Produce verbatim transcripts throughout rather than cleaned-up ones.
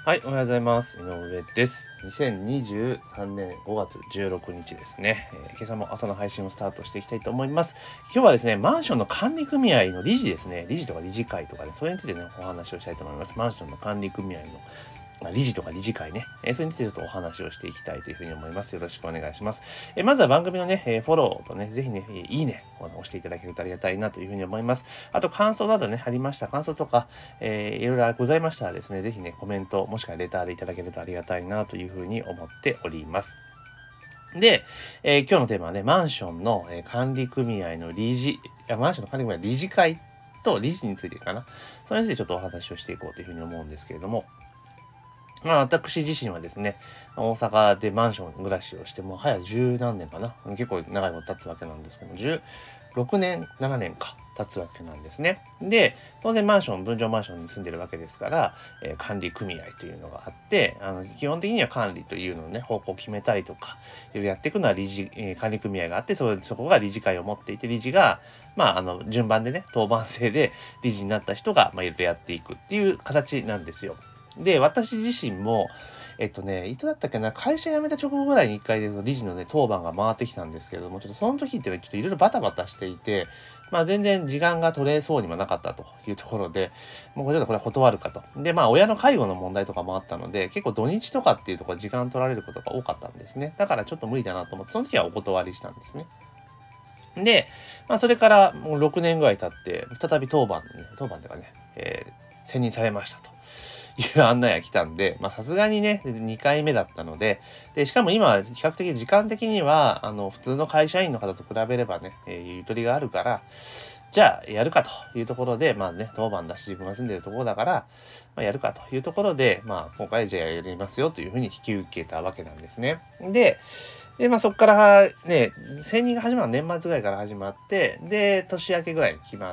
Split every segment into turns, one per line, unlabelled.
はい、おはようございます。井上です。にせんにじゅうさんねんごがつじゅうろくにちですね、えー、今朝も朝の配信をスタートしていきたいと思います。今日はですね、マンションの管理組合の理事ですね、理事とか理事会とかね、それについてね、お話をしたいと思います。マンションの管理組合の理事とか理事会ね、えー、それについてちょっとお話をしていきたいというふうに思います。よろしくお願いします。えー、まずは番組のね、えー、フォローとね、ぜひね、いいねを押していただけるとありがたいなというふうに思います。あと感想などね、ありました。感想とか、えー、いろいろございましたらですね、ぜひね、コメント、もしくはレターでいただけるとありがたいなというふうに思っております。で、えー、今日のテーマはね、マンションの、えー、管理組合の理事、いや、マンションの管理組合の理事会と理事についてかな。それについてちょっとお話をしていこうというふうに思うんですけれども、まあ私自身はですね、大阪でマンション暮らしをしてもう早十何年かな。結構長いこと経つわけなんですけども、じゅうろくねん、ななねんか経つわけなんですね。で、当然マンション、分譲マンションに住んでるわけですから、えー、管理組合というのがあって、あの基本的には管理というのをね、方向を決めたりとか、いろいろやっていくのは理事、えー、管理組合があって、そそこが理事会を持っていて、理事が、まあ、あの、順番でね、当番制で理事になった人が、まあ、いろいろやっていくっていう形なんですよ。で、私自身も、えっとね、いつだったっけな、会社辞めた直後ぐらいに一回で理事のね、当番が回ってきたんですけれども、ちょっとその時ってね、ちょっといろいろバタバタしていて、まあ全然時間が取れそうにもなかったというところで、もうちょっとこれは断るかと。で、まあ親の介護の問題とかもあったので、結構土日とかっていうところ時間取られることが多かったんですね。だからちょっと無理だなと思って、その時はお断りしたんですね。で、まあそれからもうろくねんぐらい経って、再び当番ね、当番というかね、えー、選任されましたと。いう案内が来たんで、まあさすがにね、にかいめだったので、で、しかも今、比較的時間的には、あの、普通の会社員の方と比べればね、えー、ゆとりがあるから、じゃあやるかというところで、まあね、当番だし自分が住んでるところだから、まあ、やるかというところで、まあ今回じゃあやりますよというふうに引き受けたわけなんですね。で、で、まあそこからね、選任が始まるのは年末ぐらいから始まって、で、年明けぐらいに決まって、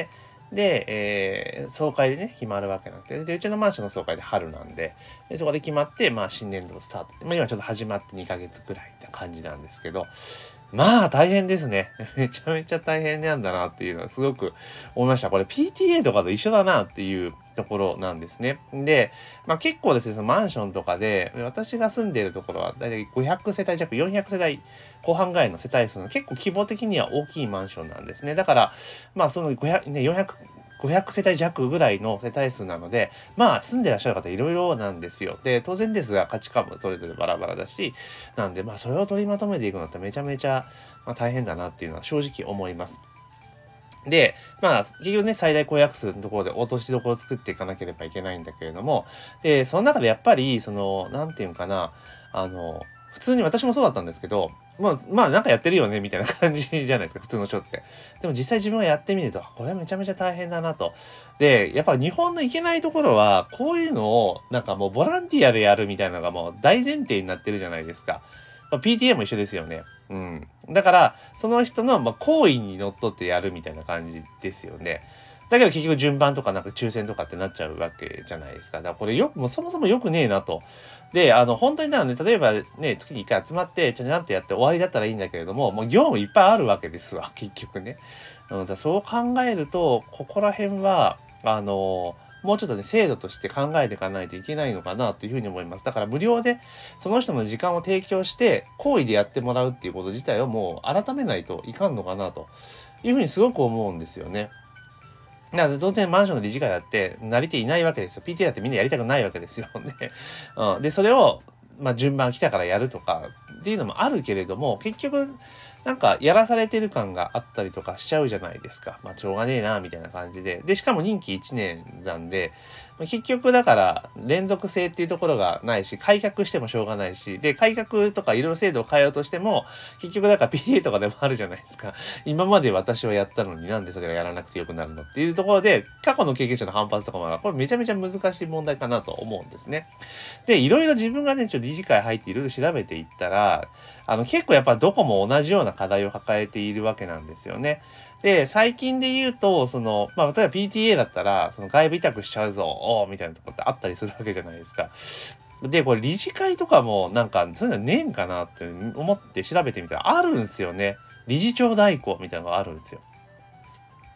で、えー、総会でね、決まるわけなんで、で、うちのマンションの総会で春なんで、でそこで決まって、まあ新年度スタート。まあ今ちょっと始まってにかげつくらいな感じなんですけど、まあ大変ですね。めちゃめちゃ大変なんだなっていうのはすごく思いました。これ ピーティーエー とかと一緒だなっていうところなんですね。で、まあ結構ですね、そのマンションとかで、私が住んでいるところはだいたいごひゃくせたい弱、よんひゃくせたい後半ぐらいの世帯数の結構規模的には大きいマンションなんですね。だから、まあそのごひゃく、ね、よんひゃく、ごひゃくせたい弱ぐらいの世帯数なので、まあ住んでらっしゃる方いろいろなんですよ。で、当然ですが価値観もそれぞれバラバラだし、なんでまあそれを取りまとめていくのってめちゃめちゃ、まあ、大変だなっていうのは正直思います。で、まあ、結局ね、最大公約数のところで落としどころを作っていかなければいけないんだけれども、で、その中でやっぱり、その、なんていうのかな、あの、普通に私もそうだったんですけど、まあ、まあ、なんかやってるよね、みたいな感じじゃないですか、普通の人って。でも実際自分がやってみると、これはめちゃめちゃ大変だなと。で、やっぱ日本のいけないところは、こういうのを、なんかもうボランティアでやるみたいなのがもう大前提になってるじゃないですか。まあ、ピーティーエー も一緒ですよね。うん。だから、その人の、まあ、行為にのっとってやるみたいな感じですよね。だけど結局順番とかなんか抽選とかってなっちゃうわけじゃないですか。だからこれよく、もうそもそも良くねえなと。で、あの、本当にだからね、例えばね、月にいっかい集まって、ちゃんとやって終わりだったらいいんだけれども、もう業務いっぱいあるわけですわ、結局ね。うん、だそう考えると、ここら辺は、あのもうちょっとね、制度として考えていかないといけないのかなというふうに思います。だから無料でその人の時間を提供して、行為でやってもらうっていうこと自体をもう改めないといかんのかなというふうにすごく思うんですよね。なので当然マンションの理事会だってなりていないわけですよ。ピーティー だってみんなやりたくないわけですよね。うん、で、それを、まあ、順番来たからやるとかっていうのもあるけれども、結局、なんかやらされてる感があったりとかしちゃうじゃないですか。まあ、しょうがねえな、みたいな感じで。で、しかも任期いちねんなんで、結局だから連続性っていうところがないし、改革してもしょうがないし、で、改革とかいろいろ制度を変えようとしても、結局だから ピーティーエー とかでもあるじゃないですか。今まで私はやったのになんでそれがやらなくてよくなるのっていうところで、過去の経験者の反発とかもある、これめちゃめちゃ難しい問題かなと思うんですね。で、いろいろ自分がね、ちょっと理事会入っていろいろ調べていったら、あの結構やっぱどこも同じような課題を抱えているわけなんですよね。で、最近で言うと、その、まあ、例えば ピーティーエー だったら、その外部委託しちゃうぞ、おーみたいなところってあったりするわけじゃないですか。で、これ理事会とかもなんか、そういうのねえんかなって思って調べてみたらあるんですよね。理事長代行みたいなのがあるんですよ。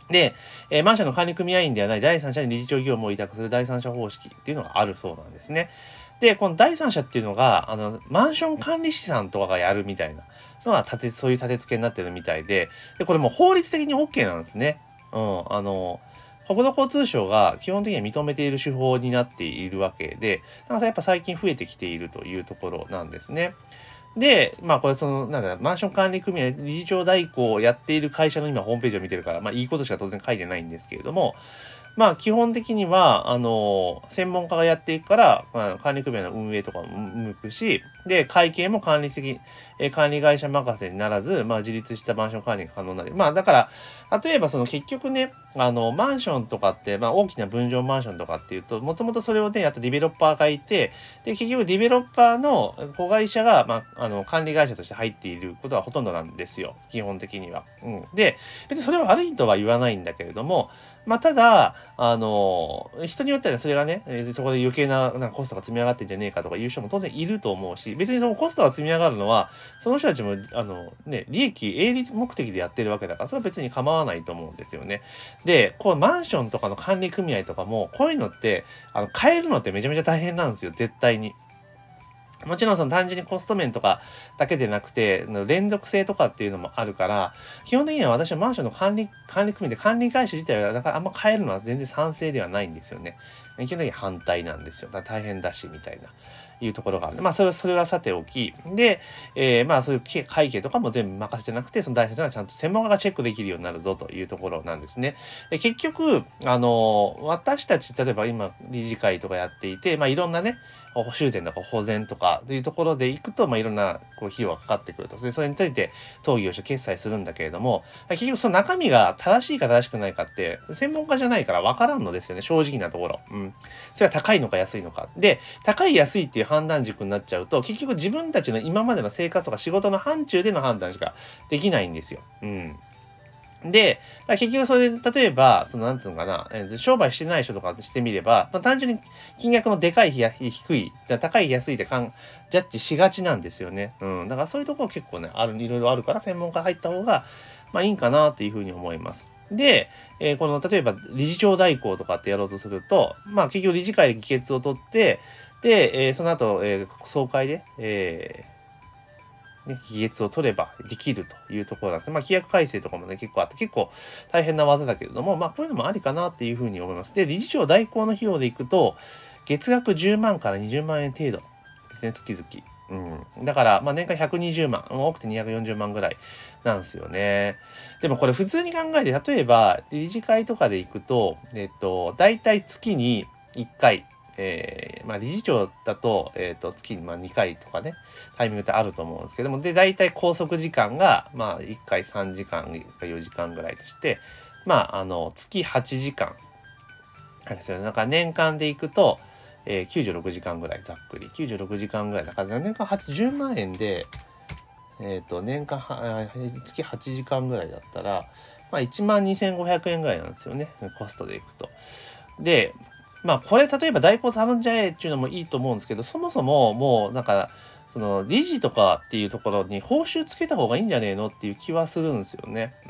で、えーマンションの管理組合員ではない第三者に理事長業務を委託する第三者方式っていうのがあるそうなんですね。で、この第三者っていうのが、あの、マンション管理士さんとかがやるみたいなのは、立て、そういう立て付けになってるみたいで、で、これもう法律的に OK なんですね。うん、あの、国土交通省が基本的には認めている手法になっているわけで、だからやっぱ最近増えてきているというところなんですね。で、まあこれその、なんだ、マンション管理組合理事長代行をやっている会社の今ホームページを見てるから、まあいいことしか当然書いてないんですけれども、まあ基本的には、あの、専門家がやっていくから、まあ、管理組合の運営とかも向くし、で、会計も管理的、えー管理会社任せにならず、まあ自立したマンション管理が可能になる。まあだから、例えばその結局ね、あの、マンションとかって、まあ大きな分譲マンションとかっていうと、もともとそれをね、やったディベロッパーがいて、で、結局ディベロッパーの子会社が、まあ、あの、管理会社として入っていることはほとんどなんですよ。基本的には。うん。で、別にそれは悪いとは言わないんだけれども、まあ、ただ、あの、人によってはそれがね、えーそこで余計な、なんかコストが積み上がってんじゃねえかとかいう人も当然いると思うし、別にそのコストが積み上がるのは、その人たちも、あの、ね、利益、営利目的でやってるわけだから、それは別に構わないと思うんですよね。で、こう、マンションとかの管理組合とかも、こういうのって、あの、変えるのってめちゃめちゃ大変なんですよ、絶対に。もちろんその単純にコスト面とかだけでなくて、連続性とかっていうのもあるから、基本的には私はマンションの管理、管理組で管理会社自体は、だからあんま変えるのは全然賛成ではないんですよね。基本的に反対なんですよ。だから大変だし、みたいな。いうところがある。まあ、それは、それはさておき。で、えーまあ、そういう会計とかも全部任せてなくて、その第三者がちゃんと専門家がチェックできるようになるぞというところなんですね。で結局、あの、私たち、例えば今、理事会とかやっていて、まあ、いろんなね、修繕とか保全とかというところで行くと、まあ、いろんなこう費用がかかってくると。で、それについて討議をして決済するんだけれども、結局その中身が正しいか正しくないかって、専門家じゃないから分からんのですよね、正直なところ。うん。それは高いのか安いのか。で、高い安いっていう判断軸になっちゃうと、結局自分たちの今までの生活とか仕事の範疇での判断しかできないんですよ。うん。で、結局それで、例えば、その、なんつうのかな、えー商売してない人とかしてみれば、まあ、単純に金額のでかい日や低い、高い安いでかん、ジャッジしがちなんですよね。うん。だからそういうところ結構ね、ある、いろいろあるから、専門家入った方が、まあいいんかなというふうに思います。で、えーこの、例えば、理事長代行とかってやろうとすると、まあ結局理事会で議決を取って、で、えーその後、えー総会で、えーね、議決を取ればできるというところなんです。まあ、規約改正とかもね、結構あって、結構大変な技だけれども、まあ、こういうのもありかなっていうふうに思います。で、理事長代行の費用でいくと、月額じゅうまんからにじゅうまん円程度ですね、月々。うん。だから、まあ、年間ひゃくにじゅうまん、多くてにひゃくよんじゅうまんぐらいなんですよね。でもこれ普通に考えて、例えば、理事会とかで行くと、えっと、だいたい月にいっかい、えー、まあ理事長だと、えっと、月にまあにかいとかね、タイミングってあると思うんですけども、で、大体拘束時間が、まあいっかいさんじかんかよじかんぐらいとして、まあ、あの、月はちじかん。はいですよね。なんか年間で行くと、えー、きゅうじゅうろくじかんぐらい、ざっくり。きゅうじゅうろくじかんぐらい。だから年間はちじゅうまん円で、えっと、年間は、月はちじかんぐらいだったら、まあいちまんにせんごひゃくえんぐらいなんですよね。コストでいくと。で、まあこれ例えば代行頼んじゃえっていうのもいいと思うんですけど、そもそももうなんか、その理事とかっていうところに報酬つけた方がいいんじゃねえのっていう気はするんですよね。うん。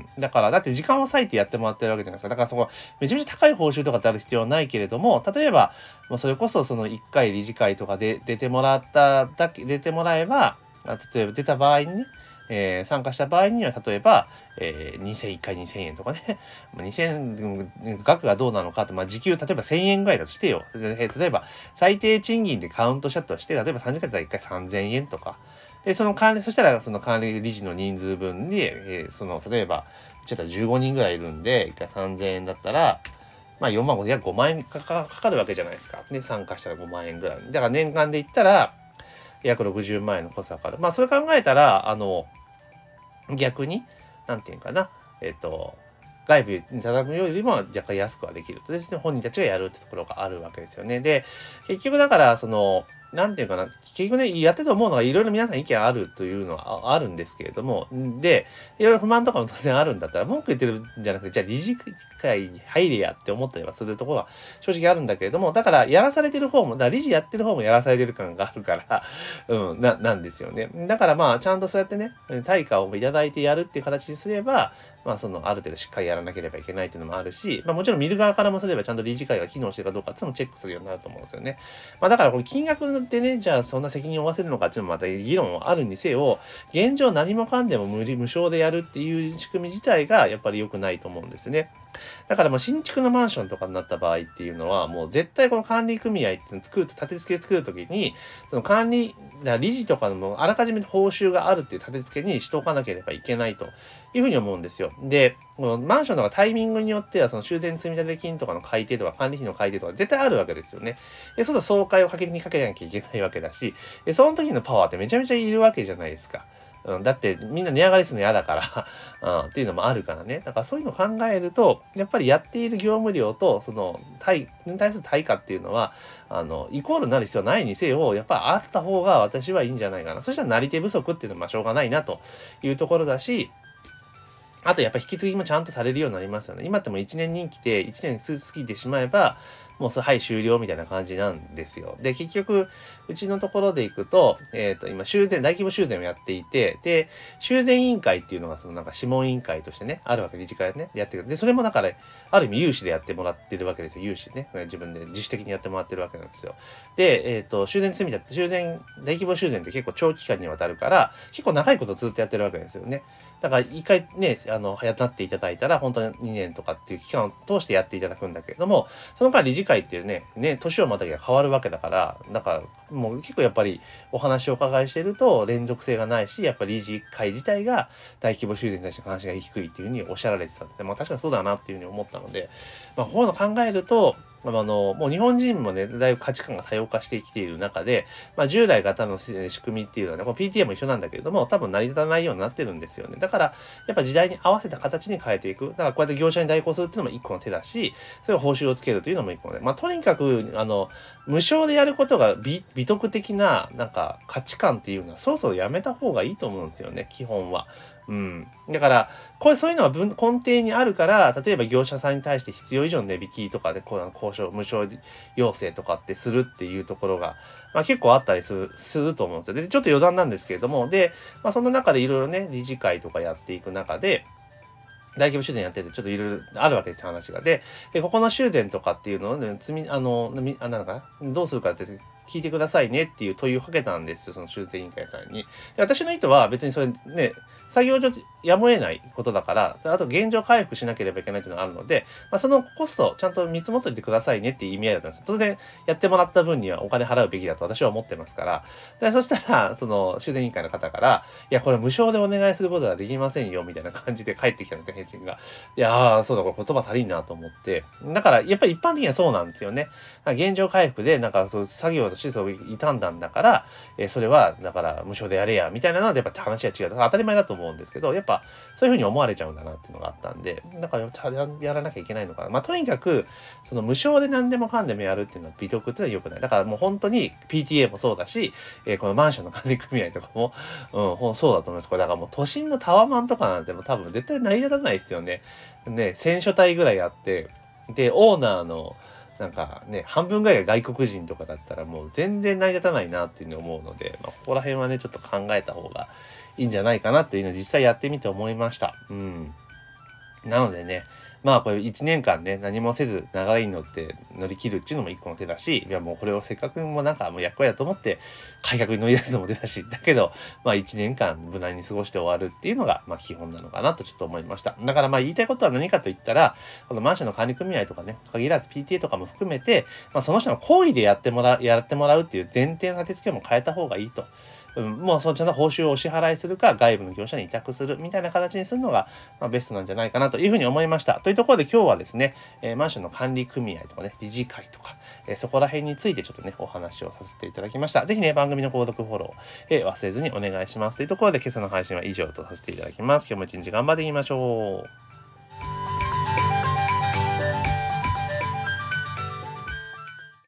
だから、だって時間を割いてやってもらってるわけじゃないですか。だからそこ、めちゃめちゃ高い報酬とかってある必要はないけれども、例えば、もうそれこそそのいっかい理事会とかで出てもらっただけ、出てもらえば、例えば出た場合にね、えー参加した場合には、例えば、えー、にせんいっかいにせんえんとかね。にせん、額がどうなのかって、まあ、時給、例えばせんえんぐらいだとしてよ。で例えば、最低賃金でカウントしたとして、例えばさんじかんだったらいっかいさんぜんえんとか。で、その管理、そしたら、その管理理事の人数分で、えーその、例えば、ちょっとじゅうごにんぐらいいるんで、いっかいさんぜんえんだったら、まあよんまんごせん、約ごまん円かかかかるわけじゃないですか。で、参加したらごまん円ぐらい。だから年間で言ったら、約ろくじゅうまん円のコストがかかる。まあ、それ考えたら、あの、逆に、なんていうかな、えっと、外部に頼むよりも若干安くはできるとですね、本人たちがやるってところがあるわけですよね。で、結局だから、その、なんていうかな、結局ね、やってて思うのがいろいろ皆さん意見あるというのはあるんですけれども、で、いろいろ不満とかも当然あるんだったら、文句言ってるんじゃなくて、じゃあ理事会に入れやって思ったりはするところは正直あるんだけれども、だからやらされてる方も、だから理事やってる方もやらされてる感があるから、うん、な、なんですよね。だからまあ、ちゃんとそうやってね、対価をいただいてやるっていう形にすれば、 まあそのある程度しっかりやらなければいけないっていうのもあるし、まあもちろん見る側からもすればちゃんと理事会が機能してるかどうかっていうのもチェックするようになると思うんですよね。まあだからこれ金額でね、じゃあそんな責任を負わせるのかっていうのもまた議論はあるにせよ、現状何もかんでも無理無償でやるっていう仕組み自体がやっぱり良くないと思うんですね。だからもう新築のマンションとかになった場合っていうのは、もう絶対この管理組合っていうのを作ると、立て付け作るときに、その管理、理事とかのもあらかじめ報酬があるっていう立て付けにしておかなければいけないというふうに思うんですよ。で、このマンションとかタイミングによっては、その修繕積立金とかの改定とか管理費の改定とか絶対あるわけですよね。で、その総会をかけにかけなきゃいけないわけだし、で、その時のパワーってめちゃめちゃいるわけじゃないですか。うん、だってみんな値上がりするの嫌だから、うん、っていうのもあるからね。だからそういうのを考えると、やっぱりやっている業務量と、その、対、に対する対価っていうのは、あの、イコールになる必要はないにせよ、やっぱりあった方が私はいいんじゃないかな。そしたらなり手不足っていうのはまあしょうがないなというところだし、あとやっぱ引き継ぎもちゃんとされるようになりますよね。今ってもういちねん任期でいちねん過ぎてしまえば、もうそれはい終了みたいな感じなんですよ。で、結局、うちのところで行くと、えっと、今修繕、大規模修繕をやっていて、で、修繕委員会っていうのがそのなんか諮問委員会としてね、あるわけ、理事会でね、やってる。で、それもだから、ある意味有志でやってもらってるわけですよ。有志ね。自分で自主的にやってもらってるわけなんですよ。で、えっと、修繕積み立て、修繕、大規模修繕って結構長期間にわたるから、結構長いことずっとやってるわけですよね。だから一回ね、あの、やっていただいたら、本当ににねんとかっていう期間を通してやっていただくんだけれども、その間理事会っていうね、ね、年をまたぎが変わるわけだから、だからもう結構やっぱりお話をお伺いしてると連続性がないし、やっぱり理事会自体が大規模修繕に対して関心が低いっていうふうにおっしゃられてたんですね。まあ確かにそうだなっていうふうに思ったので、まあこういうの考えると、あの、もう日本人もね、だいぶ価値観が多様化してきている中で、まあ従来型の仕組みっていうのはね、この ピーティーエー も一緒なんだけれども、多分成り立たないようになってるんですよね。だから、やっぱ時代に合わせた形に変えていく。だからこうやって業者に代行するっていうのも一個の手だし、それを報酬をつけるというのも一個の手。まあとにかく、あの、無償でやることが美、美徳的な、なんか価値観っていうのはそろそろやめた方がいいと思うんですよね、基本は。うん。だから、これそういうのは根底にあるから、例えば業者さんに対して必要以上の値引きとかで、こう交渉、無償要請とかってするっていうところが、まあ結構あったりする、すると思うんですよ。で、ちょっと余談なんですけれども、で、まあそんな中でいろいろね、理事会とかやっていく中で、大規模修繕やってて、ちょっといろいろあるわけですよ、話が。で、ここの修繕とかっていうのを、ね、積み、あの、あ、なんか、どうするかって聞いてくださいねっていう問いをかけたんですよ、その修繕委員会さんに。で、私の意図は別にそれね、作業上やむを得ないことだから、あと現状回復しなければいけないというのがあるので、まあ、そのコストちゃんと見積もっといてくださいねっていう意味合いだったんです。当然、やってもらった分にはお金払うべきだと私は思ってますから。でそしたら、その修繕委員会の方から、いや、これ無償でお願いすることはできませんよ、みたいな感じで返ってきたんですよ、返信が。いやー、そうだ、これ言葉足りんなと思って。だから、やっぱり一般的にはそうなんですよね。現状回復で、なんか、そう作業としてそう傷んだんだから、えー、それは、だから、無償でやれや、みたいなので、やっぱ話は違う。当たり前だと思うんですけど、やっぱ、そういうふうに思われちゃうんだなっていうのがあったんで、だから、やらなきゃいけないのかな。まあ、とにかく、その無償で何でもかんでもやるっていうのは美徳っていうのは良くない。だからもう本当に ピーティーエー もそうだし、えー、このマンションの管理組合とかも、うん、そうだと思います。これだからもう都心のタワマンとかなんても多分絶対成り立たないですよね。ね、せん所帯ぐらいあって、で、オーナーの、なんかね、半分ぐらいが外国人とかだったらもう全然成り立たないなっていうふうに思うので、まあ、ここら辺はね、ちょっと考えた方がいいんじゃないかなっていうのを実際やってみて思いました。うん。なのでね、まあこれいちねんかんね、何もせず流れに乗って乗り切るっていうのも一個の手だし、いやもうこれをせっかくもうなんかもう役割だと思って改革に乗り出すのも出たし、だけど、まあいちねんかん無難に過ごして終わるっていうのがまあ基本なのかなとちょっと思いました。だからまあ言いたいことは何かと言ったら、このマンションの管理組合とかね、限らず ピーティーエー とかも含めて、まあその人の行為でやってもらう、やってもらうっていう前提の立て付けも変えた方がいいと。うん、もうそのちゃんと報酬をお支払いするか、外部の業者に委託するみたいな形にするのが、まあ、ベストなんじゃないかなというふうに思いました。というところで今日はですね、えー、マンションの管理組合とかね、理事会とか、えー、そこら辺についてちょっとね、お話をさせていただきました。ぜひね、番組の購読フォロー、えー、忘れずにお願いします。というところで今朝の配信は以上とさせていただきます。今日も一日頑張っていきましょう。